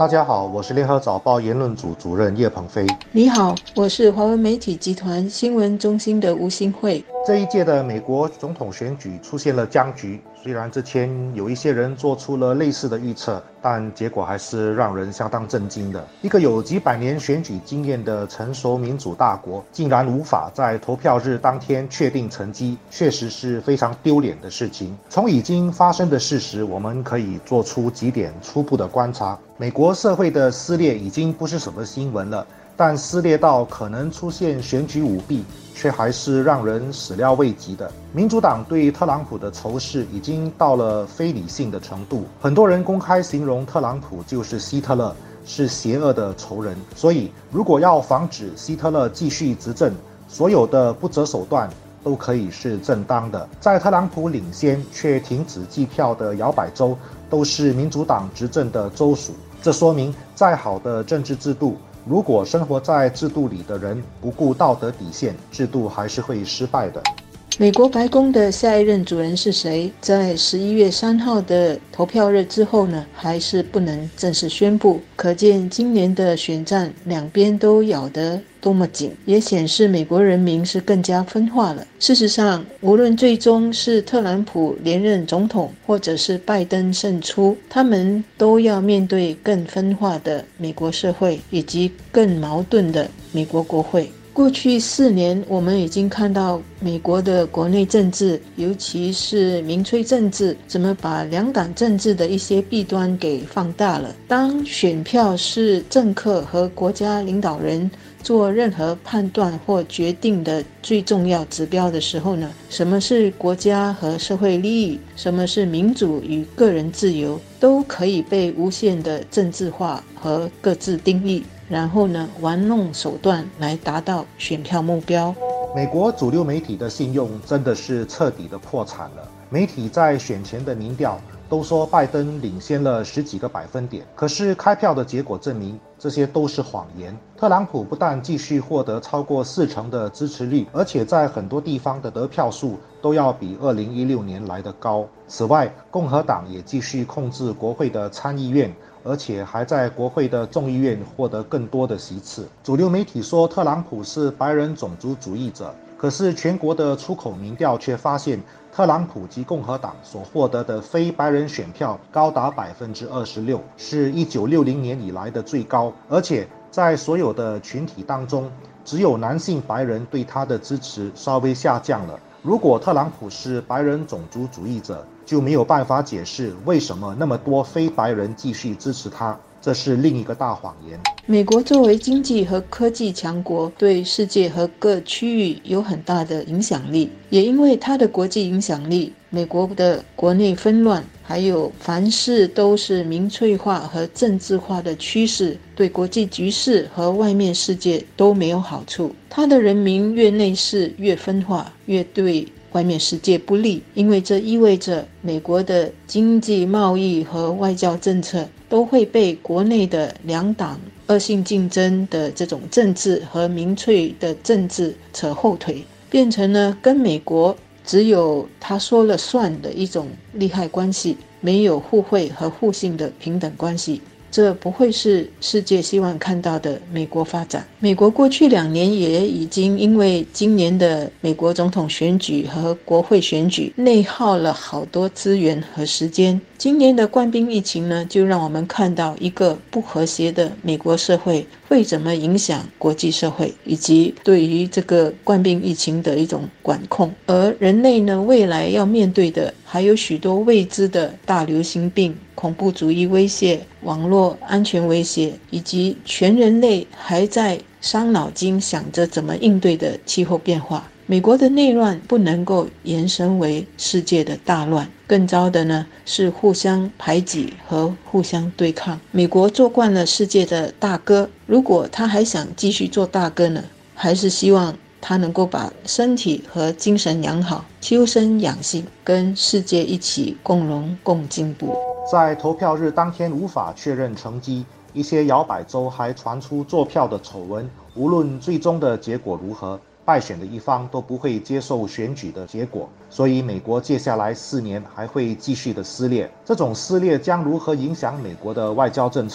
大家好，我是联合早报言论组主任叶鹏飞。 你好，我是华文媒体集团新闻中心的吴新慧。 这一届的美国总统选举出现了僵局，虽然之前有一些人做出了类似的预测，但结果还是让人相当震惊的。一个有几百年选举经验的成熟民主大国，竟然无法在投票日当天确定成绩，确实是非常丢脸的事情。从已经发生的事实，我们可以做出几点初步的观察。美国社会的撕裂已经不是什么新闻了，但撕裂到可能出现选举舞弊，却还是让人始料未及的。民主党对特朗普的仇视已经到了非理性的程度，很多人公开形容特朗普就是希特勒，是邪恶的仇人。所以，如果要防止希特勒继续执政，所有的不择手段都可以是正当的。在特朗普领先却停止计票的摇摆州，都是民主党执政的州属。这说明，再好的政治制度，如果生活在制度里的人不顾道德底线，制度还是会失败的。 美国白宫的下一任主人是谁？在11月3号的投票日之后呢，还是不能正式宣布。可见今年的选战两边都咬得多么紧，也显示美国人民是更加分化了。事实上，无论最终是特朗普连任总统，或者是拜登胜出，他们都要面对更分化的美国社会，以及更矛盾的美国国会。过去4年，我们已经看到美国的国内政治，尤其是民粹政治，怎么把两党政治的一些弊端给放大了。当选票是政客和国家领导人做任何判断或决定的最重要指标的时候呢，什么是国家和社会利益，什么是民主与个人自由，都可以被无限的政治化和各自定义，然后呢，玩弄手段来达到选票目标。 美国主流媒体的信用真的是彻底的破产了。媒体在选前的民调都说拜登领先了10几个百分点，可是开票的结果证明这些都是谎言。特朗普不但继续获得超过40%的支持率，而且在很多地方的得票数都要比2016年来得高。此外，共和党也继续控制国会的参议院，而且还在国会的众议院获得更多的席次。主流媒体说特朗普是白人种族主义者，可是全国的出口民调却发现，特朗普及共和党所获得的非白人选票高达26%，是1960年以来的最高。而且在所有的群体当中，只有男性白人对他的支持稍微下降了。如果特朗普是白人种族主义者，就没有办法解释为什么那么多非白人继续支持他，这是另一个大谎言。 美国作为经济和科技强国，对世界和各区域有很大的影响力。也因为它的国际影响力，美国的国内纷乱，还有凡事都是民粹化和政治化的趋势，对国际局势和外面世界都没有好处。它的人民越内视越分化，越对外面世界不利，因为这意味着美国的经济、贸易和外交政策都会被国内的两党恶性竞争的这种政治和民粹的政治扯后腿，变成了跟美国只有他说了算的一种利害关系，没有互惠和互信的平等关系。这不会是世界希望看到的美国发展。美国过去2年也已经因为今年的美国总统选举和国会选举内耗了好多资源和时间。今年的冠病疫情呢，就让我们看到一个不和谐的美国社会会怎么影响国际社会，以及对于这个冠病疫情的一种管控。而人类呢，未来要面对的还有许多未知的大流行病、恐怖主义威胁、网络安全威胁，以及全人类还在伤脑筋想着怎么应对的气候变化。美国的内乱不能够延伸为世界的大乱，更糟的呢是互相排挤和互相对抗。美国做惯了世界的大哥，如果他还想继续做大哥呢，还是希望他能够把身体和精神养好，修身养性，跟世界一起共荣共进步。 在投票日当天无法确认成绩，一些摇摆州还传出作票的丑闻。无论最终的结果如何，败选的一方都不会接受选举的结果，所以美国接下来4年还会继续的撕裂。这种撕裂将如何影响美国的外交政策，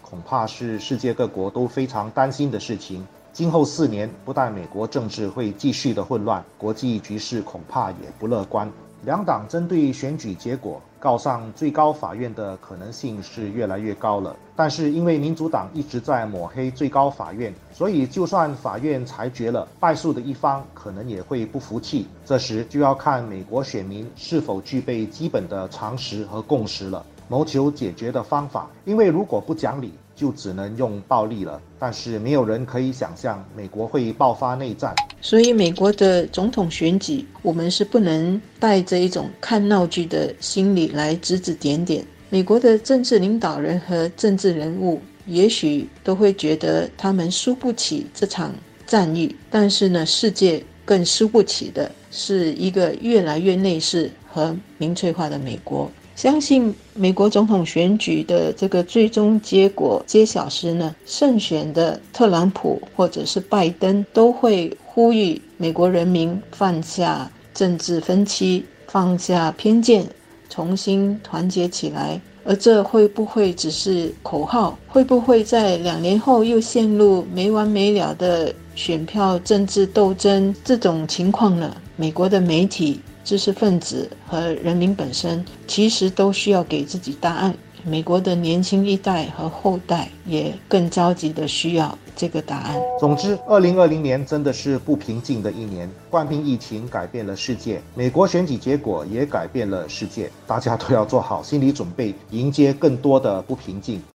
恐怕是世界各国都非常担心的事情。今后4年，不但美国政治会继续的混乱，国际局势恐怕也不乐观。两党针对选举结果告上最高法院的可能性是越来越高了。但是因为民主党一直在抹黑最高法院，所以就算法院裁决了，败诉的一方可能也会不服气。这时就要看美国选民是否具备基本的常识和共识了，谋求解决的方法。因为如果不讲理，就只能用暴力了。但是没有人可以想象美国会爆发内战。 所以美国的总统选举，我们是不能带着一种看闹剧的心理来指指点点。美国的政治领导人和政治人物也许都会觉得他们输不起这场战役，但是呢，世界更输不起的是一个越来越内视和民粹化的美国。相信美国总统选举的这个最终结果揭晓时呢，胜选的特朗普或者是拜登都会呼吁美国人民放下政治分歧，放下偏见，重新团结起来。而这会不会只是口号？会不会在2年后又陷入没完没了的选票政治斗争这种情况呢？美国的媒体、知识分子和人民本身其实都需要给自己答案。美国的年轻一代和后代也更着急的需要这个答案。 总之，2020年真的是不平静的一年。冠病疫情改变了世界，美国选举结果也改变了世界，大家都要做好心理准备，迎接更多的不平静。